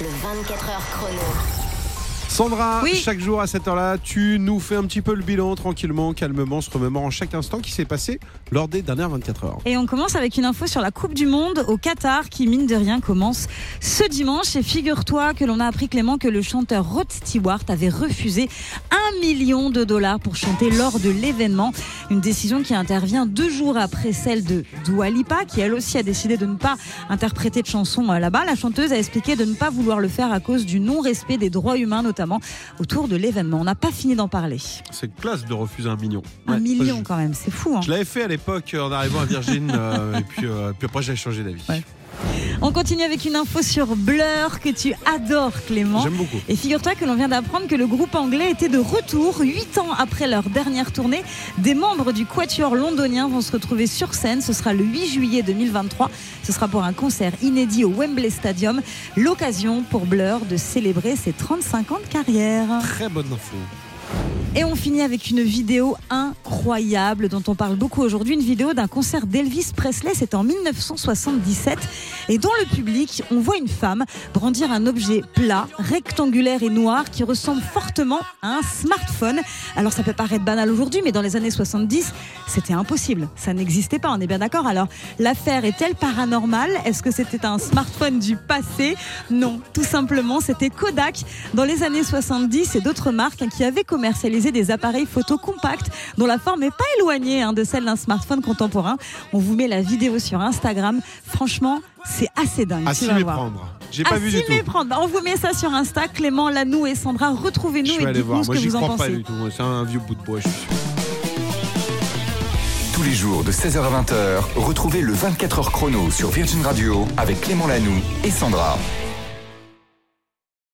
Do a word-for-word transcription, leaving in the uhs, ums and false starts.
Le vingt-quatre heures chrono. Sandra, oui. Chaque jour à cette heure-là, tu nous fais un petit peu le bilan tranquillement, calmement, se remémorant chaque instant qui s'est passé lors des dernières vingt-quatre heures. Et on commence avec une info sur la Coupe du Monde au Qatar qui, mine de rien, commence ce dimanche. Et figure-toi que l'on a appris, Clément, que le chanteur Rod Stewart avait refusé un million de dollars pour chanter lors de l'événement. Une décision qui intervient deux jours après celle de Dua Lipa, qui elle aussi a décidé de ne pas interpréter de chansons là-bas. La chanteuse a expliqué de ne pas vouloir le faire à cause du non-respect des droits humains, notamment autour de l'événement. On n'a pas fini d'en parler. C'est classe de refuser un million. Un Ouais, million je, quand même, c'est fou. Hein. Je l'avais fait à l'époque en arrivant à Virgin euh, et puis, euh, puis après j'ai changé d'avis. Ouais. On continue avec une info sur Blur que tu adores, Clément. J'aime beaucoup. Et figure-toi que l'on vient d'apprendre que le groupe anglais était de retour huit ans après leur dernière tournée. Des membres du quatuor londonien vont se retrouver sur scène. Ce sera le huit juillet deux mille vingt-trois. Ce sera pour un concert inédit au Wembley Stadium. L'occasion pour Blur de célébrer ses trente-cinq ans de carrière. Très bonne info. Et on finit avec une vidéo incroyable dont on parle beaucoup aujourd'hui, une vidéo d'un concert d'Elvis Presley, c'était en dix-neuf cent soixante-dix-sept, et dans le public, on voit une femme brandir un objet plat, rectangulaire et noir qui ressemble fortement à un smartphone. Alors ça peut paraître banal aujourd'hui, mais dans les années soixante-dix, c'était impossible, ça n'existait pas, on est bien d'accord. Alors l'affaire est-elle paranormale? Est-ce que c'était un smartphone du passé? Non, tout simplement, c'était Kodak dans les années soixante-dix et d'autres marques hein, qui avaient commercialisé des appareils photo compacts dont la forme n'est pas éloignée hein, de celle d'un smartphone contemporain. On vous met la vidéo sur Instagram. Franchement, c'est assez dingue. À s'y méprendre. J'ai pas à vu s'y du tout. méprendre. Bah, on vous met ça sur Insta. Clément, Lanou et Sandra, retrouvez-nous Je vais et aller dites-nous voir. ce Moi, que j'y vous en crois pas pensez. du tout. C'est un vieux bout de bois, je suis sûr. Tous les jours de seize heures à vingt heures, retrouvez le vingt-quatre heures chrono sur Virgin Radio avec Clément Lanou et Sandra.